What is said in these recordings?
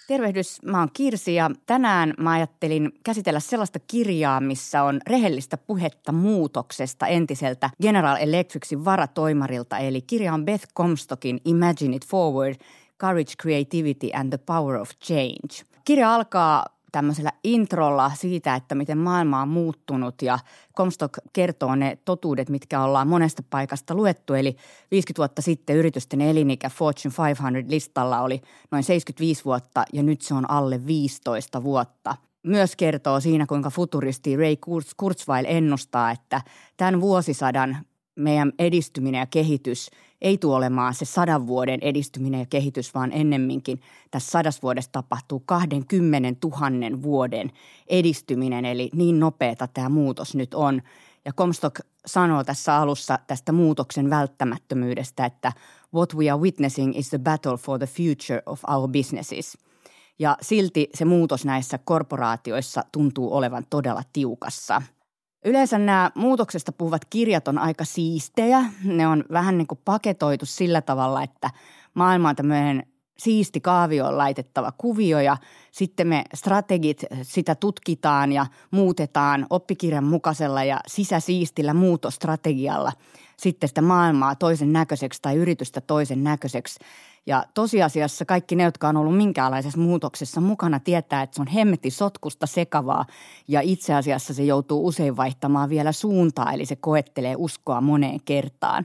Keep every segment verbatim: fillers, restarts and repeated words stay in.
Tervehdys, mä oon Kirsi ja tänään mä ajattelin käsitellä sellaista kirjaa, missä on rehellistä puhetta muutoksesta entiseltä General Electricsin varatoimarilta. Eli kirja on Beth Comstockin Imagine It Forward, Courage, Creativity and the Power of Change. Kirja alkaa tämmöisellä introlla siitä, että miten maailma on muuttunut ja Comstock kertoo ne totuudet, mitkä ollaan monesta paikasta luettu. Eli viisikymmentä vuotta sitten yritysten elinikä Fortune viisisataa-listalla oli noin seitsemänkymmentäviisi vuotta ja nyt se on alle viisitoista vuotta. Myös kertoo siinä, kuinka futuristi Ray Kurzweil ennustaa, että tämän vuosisadan meidän edistyminen ja kehitys ei tule olemaan se sadan vuoden edistyminen ja kehitys, vaan ennemminkin tässä sadas vuodessa tapahtuu kahdenkymmenen tuhannen vuoden edistyminen, eli niin nopeata tämä muutos nyt on. Ja Comstock sanoo tässä alussa tästä muutoksen välttämättömyydestä, että what we are witnessing is the battle for the future of our businesses. Ja silti se muutos näissä korporaatioissa tuntuu olevan todella tiukassa. Yleensä nämä muutoksesta puhuvat kirjat on aika siistejä. Ne on vähän niin kuin paketoitu sillä tavalla, että maailma on tämmöinen siisti kaavioon laitettava kuvio ja sitten me strategit sitä tutkitaan ja muutetaan oppikirjan mukaisella ja sisäsiistillä muutostrategialla sitten sitä maailmaa toisen näköiseksi tai yritystä toisen näköiseksi. Ja tosiasiassa kaikki ne, jotka on ollut minkäänlaisessa muutoksessa mukana, tietää, että se on hemmetin sotkusta sekavaa ja itse asiassa se joutuu usein vaihtamaan vielä suuntaa, eli se koettelee uskoa moneen kertaan.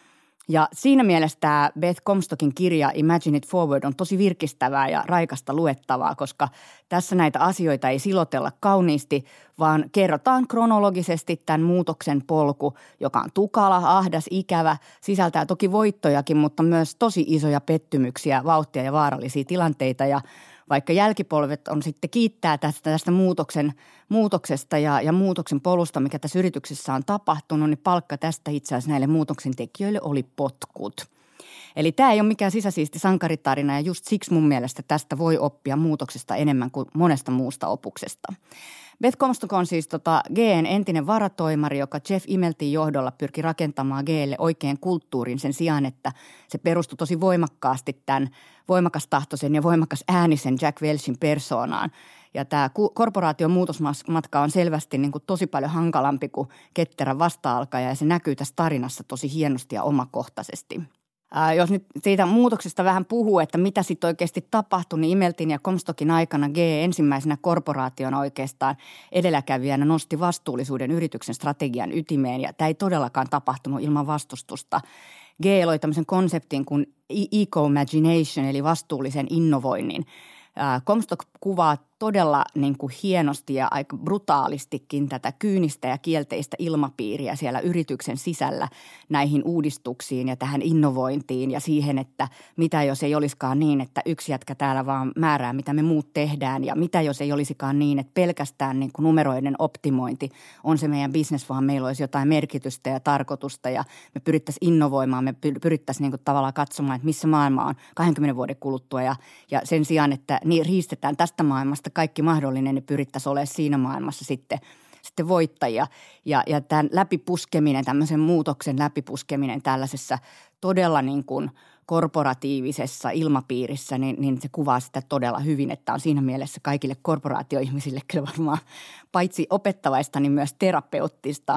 Ja siinä mielessä tämä Beth Comstockin kirja Imagine It Forward on tosi virkistävää ja raikasta luettavaa, koska tässä näitä asioita ei silotella kauniisti, vaan kerrotaan kronologisesti tämän muutoksen polku, joka on tukala, ahdas, ikävä, sisältää toki voittojakin, mutta myös tosi isoja pettymyksiä, vauhtia ja vaarallisia tilanteita ja vaikka jälkipolvet on sitten kiittää tästä, tästä muutoksen, muutoksesta ja, ja muutoksen polusta, mikä tässä yrityksessä on tapahtunut, niin palkka tästä itse asiassa näille muutoksen tekijöille oli potkut. Eli tämä ei ole mikään sisäsiisti sankaritarina ja just siksi mun mielestä tästä voi oppia muutoksesta enemmän kuin monesta muusta opuksesta. Beth Comstock on siis tota G:n entinen varatoimari, joka Jeff Immeltin johdolla pyrki rakentamaan G:lle oikein kulttuurin sen sijaan, että se perustui tosi voimakkaasti tämän voimakastahtoisen ja voimakas äänisen Jack Welchin persoonaan. Ja tämä korporaation muutosmatka on selvästi niin kuin tosi paljon hankalampi kuin ketterä vasta-alkaja ja se näkyy tässä tarinassa tosi hienosti ja omakohtaisesti. Ää, jos nyt siitä muutoksesta vähän puhuu, että mitä sitten oikeasti tapahtui, niin Immeltin ja Comstockin aikana G ensimmäisenä korporaationa oikeastaan edelläkävijänä nosti vastuullisuuden yrityksen strategian ytimeen ja tämä ei todellakaan tapahtunut ilman vastustusta. G loi tämmöisen konseptin kuin eco-imagination eli vastuullisen innovoinnin. Ää, Comstock kuvaa todella niin kuin hienosti ja aika brutaalistikin tätä kyynistä ja kielteistä ilmapiiriä siellä yrityksen sisällä näihin uudistuksiin ja tähän innovointiin ja siihen, että mitä jos ei olisikaan niin, että yksi jätkä täällä vaan määrää, mitä me muut tehdään ja mitä jos ei olisikaan niin, että pelkästään niin kuin numeroiden optimointi on se meidän business, vaan meillä olisi jotain merkitystä ja tarkoitusta ja me pyrittäisiin innovoimaan, me pyrittäisiin niin kuin tavallaan katsomaan, että missä maailma on kahdenkymmenen vuoden kuluttua ja, ja sen sijaan, että niin riistetään tästä maailmasta kaikki mahdollinen, niin pyrittäisiin olemaan siinä maailmassa sitten, sitten voittajia. Ja, ja tämän läpipuskeminen, tämmöisen muutoksen läpipuskeminen tällaisessa todella niin kuin korporatiivisessa ilmapiirissä, niin, niin se kuvaa sitä todella hyvin, että on siinä mielessä kaikille korporaatioihmisille kyllä varmaan paitsi opettavaista, niin myös terapeuttista.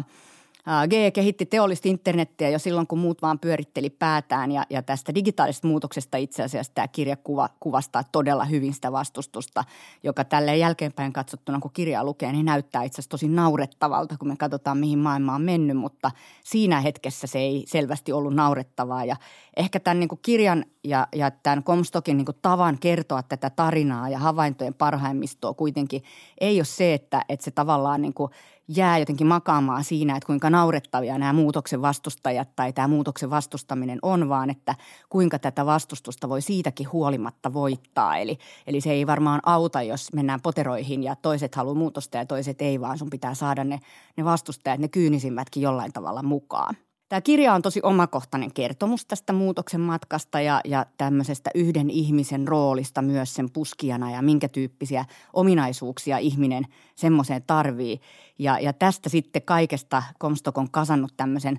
G kehitti teollista internettiä jo silloin, kun muut vaan pyöritteli päätään ja, ja tästä digitaalisesta muutoksesta itse asiassa tämä kirja kuva, kuvastaa todella hyvin sitä vastustusta, joka tälleen jälkeenpäin katsottuna, kun kirjaa lukee, niin näyttää itse asiassa tosi naurettavalta, kun me katsotaan, mihin maailma on mennyt, mutta siinä hetkessä se ei selvästi ollut naurettavaa ja ehkä tämän niin kuin kirjan ja, ja tämän Comstockin niin kuin tavan kertoa tätä tarinaa ja havaintojen parhaimmistoa kuitenkin ei ole se, että, että se tavallaan niin kuin jää jotenkin makaamaan siinä, että kuinka naurettavia nämä muutoksen vastustajat tai tämä muutoksen vastustaminen on, vaan että kuinka tätä vastustusta voi siitäkin huolimatta voittaa. Eli, eli se ei varmaan auta, jos mennään poteroihin ja toiset haluaa muutosta ja toiset ei, vaan sun pitää saada ne, ne vastustajat, ne kyynisimmätkin jollain tavalla mukaan. Tämä kirja on tosi omakohtainen kertomus tästä muutoksen matkasta ja, ja tämmöisestä yhden ihmisen roolista myös sen puskijana ja minkä tyyppisiä ominaisuuksia ihminen semmoiseen tarvii. Ja, ja tästä sitten kaikesta Comstock on kasannut tämmöisen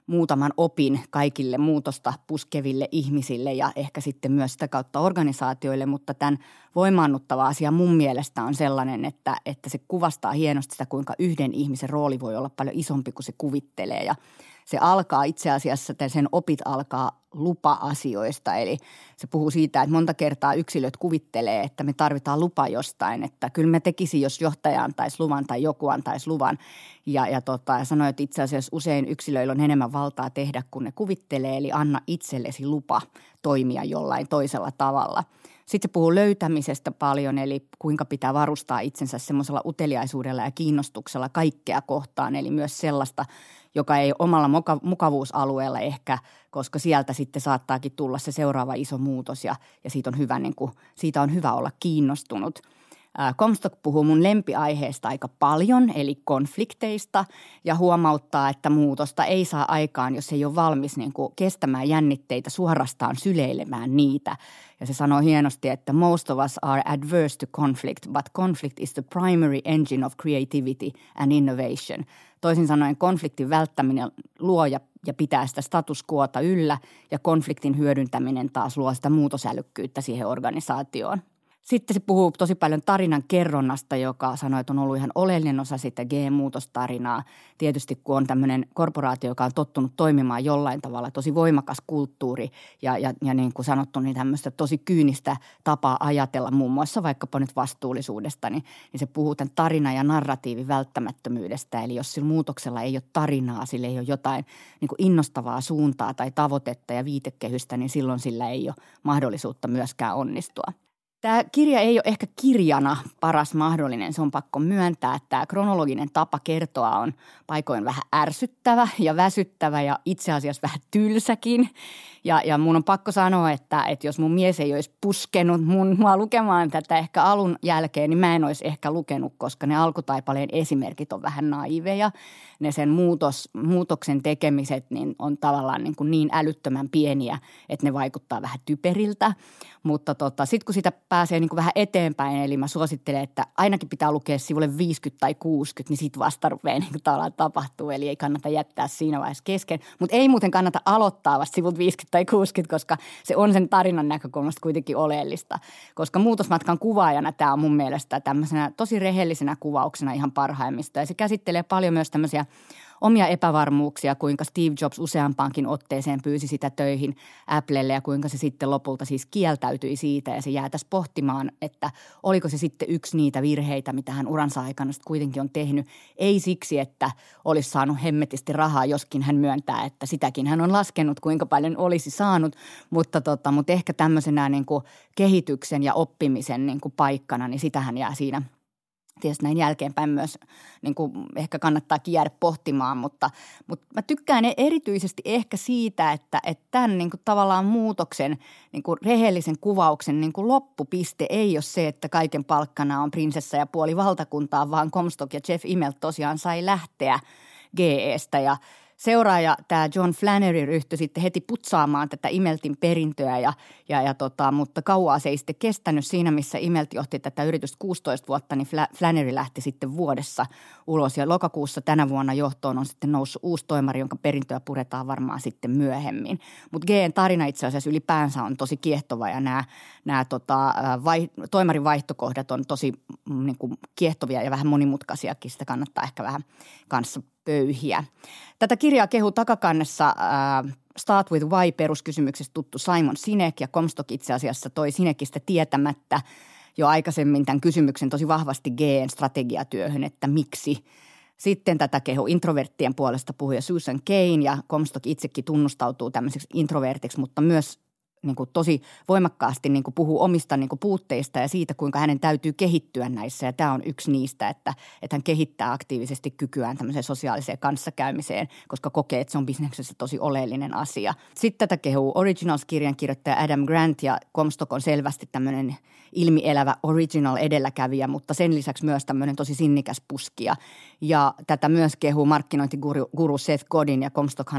muutaman opin kaikille muutosta puskeville ihmisille ja ehkä sitten myös sitä kautta organisaatioille, mutta tämän voimaannuttava asia mun mielestä on sellainen, että, että se kuvastaa hienosti sitä, kuinka yhden ihmisen rooli voi olla paljon isompi kuin se kuvittelee ja se alkaa itse asiassa, tai sen opit alkaa lupa-asioista, eli se puhuu siitä, että monta kertaa yksilöt kuvittelee, että me tarvitaan lupa jostain, että kyllä me tekisi, jos johtaja antaisi luvan tai joku antaisi luvan. Ja, ja, tota, ja sanoi, että itse asiassa usein yksilöillä on enemmän valtaa tehdä kuin ne kuvittelee, eli anna itsellesi lupa toimia jollain toisella tavalla. Sitten se puhuu löytämisestä paljon, eli kuinka pitää varustaa itsensä semmoisella uteliaisuudella ja kiinnostuksella kaikkea kohtaan, eli myös sellaista, joka ei ole omalla mukavuusalueella ehkä, koska sieltä sitten saattaakin tulla se seuraava iso muutos ja, ja siitä, on hyvä, niin kuin, siitä on hyvä olla kiinnostunut. Comstock puhuu mun lempiaiheesta aika paljon, eli konflikteista, ja huomauttaa, että muutosta ei saa aikaan, jos ei ole valmis niin kuin kestämään jännitteitä, suorastaan syleilemään niitä. Ja se sanoo hienosti, että most of us are adverse to conflict, but conflict is the primary engine of creativity and innovation. Toisin sanoen konfliktin välttäminen luo ja, ja pitää sitä status quota yllä, ja konfliktin hyödyntäminen taas luo sitä muutosälykkyyttä siihen organisaatioon. Sitten se puhuu tosi paljon tarinan kerronnasta, joka sanoi, että on ollut ihan oleellinen osa sitä G-muutostarinaa. Tietysti kun on tämmöinen korporaatio, joka on tottunut toimimaan jollain tavalla, tosi voimakas kulttuuri ja, ja, ja niin kuin sanottu, niin tämmöistä tosi kyynistä tapaa ajatella muun muassa vaikkapa nyt vastuullisuudesta, niin, niin se puhuu tämän tarinan ja narratiivin välttämättömyydestä. Eli jos sillä muutoksella ei ole tarinaa, sillä ei ole jotain niin kuin innostavaa suuntaa tai tavoitetta ja viitekehystä, niin silloin sillä ei ole mahdollisuutta myöskään onnistua. Tämä kirja ei ole ehkä kirjana paras mahdollinen, se on pakko myöntää, että tämä kronologinen tapa kertoa on paikoin vähän ärsyttävä ja väsyttävä ja itse asiassa vähän tylsäkin. Ja, ja mun on pakko sanoa, että, että jos mun mies ei olisi puskenut mun, mua lukemaan tätä ehkä alun jälkeen, niin mä en olisi ehkä lukenut, koska ne alkutaipaleen esimerkit on vähän naiveja. Ne sen muutos, muutoksen tekemiset niin on tavallaan niin, kuin niin älyttömän pieniä, että ne vaikuttaa vähän typeriltä. Mutta tota, sitten kun sitä pääsee niin kuin vähän eteenpäin, eli mä suosittelen, että ainakin pitää lukea sivulle viisikymmentä tai kuusikymmentä, niin sit vasta rupeaa niin kuin tavallaan tapahtuu. Eli ei kannata jättää siinä vaiheessa kesken. Mutta ei muuten kannata aloittaa vasta sivulta viisikymmentä tai kuusikymmentä, koska se on sen tarinan näkökulmasta kuitenkin oleellista. Koska muutosmatkan kuvaajana tämä on mun mielestä tämmöisenä tosi rehellisenä kuvauksena ihan parhaimmista. Ja se käsittelee paljon myös tämmöisiä omia epävarmuuksia, kuinka Steve Jobs useampaankin otteeseen pyysi sitä töihin Applelle ja kuinka se sitten lopulta siis kieltäytyi siitä ja se jää tässä pohtimaan, että oliko se sitten yksi niitä virheitä, mitä hän uransa aikana sitten kuitenkin on tehnyt. Ei siksi, että olisi saanut hemmetisti rahaa, joskin hän myöntää, että sitäkin hän on laskenut, kuinka paljon olisi saanut, mutta, tota, mutta ehkä tämmöisenä niin kuin kehityksen ja oppimisen niin kuin paikkana, niin sitähän jää siinä. Tietysti näin jälkeenpäin myös niin kuin ehkä kannattaakin jäädä pohtimaan, mutta, mutta mä tykkään erityisesti ehkä siitä, että, että tämän niin kuin tavallaan muutoksen, niin kuin rehellisen kuvauksen niin kuin loppupiste ei ole se, että kaiken palkkana on prinsessa ja puoli valtakuntaa, vaan Comstock ja Jeff Immelt tosiaan sai lähteä G E:stä ja seuraaja, tämä John Flannery, ryhtyi sitten heti putsaamaan tätä Immeltin perintöä, ja, ja, ja tota, mutta kauaa se ei sitten kestänyt siinä, missä Immelt johti tätä yritystä kuusitoista vuotta, niin Flannery lähti sitten vuodessa ulos. Ja lokakuussa tänä vuonna johtoon on sitten noussut uusi toimari, jonka perintöä puretaan varmaan sitten myöhemmin. Mutta G:n tarina itse asiassa ylipäänsä on tosi kiehtova ja nämä, nämä tota, vai, toimarin vaihtokohdat on tosi niin kuin kiehtovia ja vähän monimutkaisiakin. Sitä kannattaa ehkä vähän kanssa pöyhiä. Tätä kirjaa kehuu takakannessa äh, Start with Why -peruskysymyksestä tuttu Simon Sinek, ja Comstock itse asiassa toi Sinekistä tietämättä jo aikaisemmin tämän kysymyksen tosi vahvasti G:n strategiatyöhön, että miksi. Sitten tätä kehu introverttien puolesta puhuja Susan Cain, ja Comstock itsekin tunnustautuu tämmöiseksi introvertiksi, mutta myös niin kuin tosi voimakkaasti niin kuin puhuu omista niin kuin puutteista ja siitä, kuinka hänen täytyy kehittyä näissä. Ja tämä on yksi niistä, että, että hän kehittää aktiivisesti kykyään tämmöiseen sosiaaliseen kanssakäymiseen, koska kokee, että se on bisneksessä tosi oleellinen asia. Sitten tätä kehuu Originals-kirjan kirjoittaja Adam Grant, ja Comstock on selvästi tämmöinen ilmielävä original edelläkävijä, mutta sen lisäksi myös tämmöinen tosi sinnikäs puskija. Ja tätä myös kehuu markkinointiguru Seth Godin, ja Comstockhan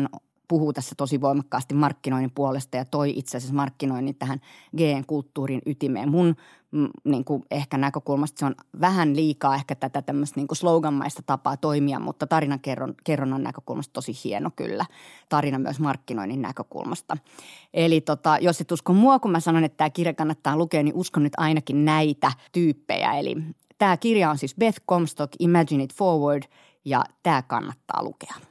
puhuu tässä tosi voimakkaasti markkinoinnin puolesta ja toi itse asiassa markkinoinnin tähän G E-kulttuurin ytimeen. Mun mm, niin kuin ehkä näkökulmasta se on vähän liikaa ehkä tätä tämmöistä niin kuin sloganmaista tapaa toimia, mutta tarinankerronnan näkökulmasta tosi hieno kyllä. Tarina myös markkinoinnin näkökulmasta. Eli tota, jos et usko mua, kun mä sanon, että tämä kirja kannattaa lukea, niin uskon nyt ainakin näitä tyyppejä. Eli tämä kirja on siis Beth Comstock, Imagine It Forward, ja tämä kannattaa lukea.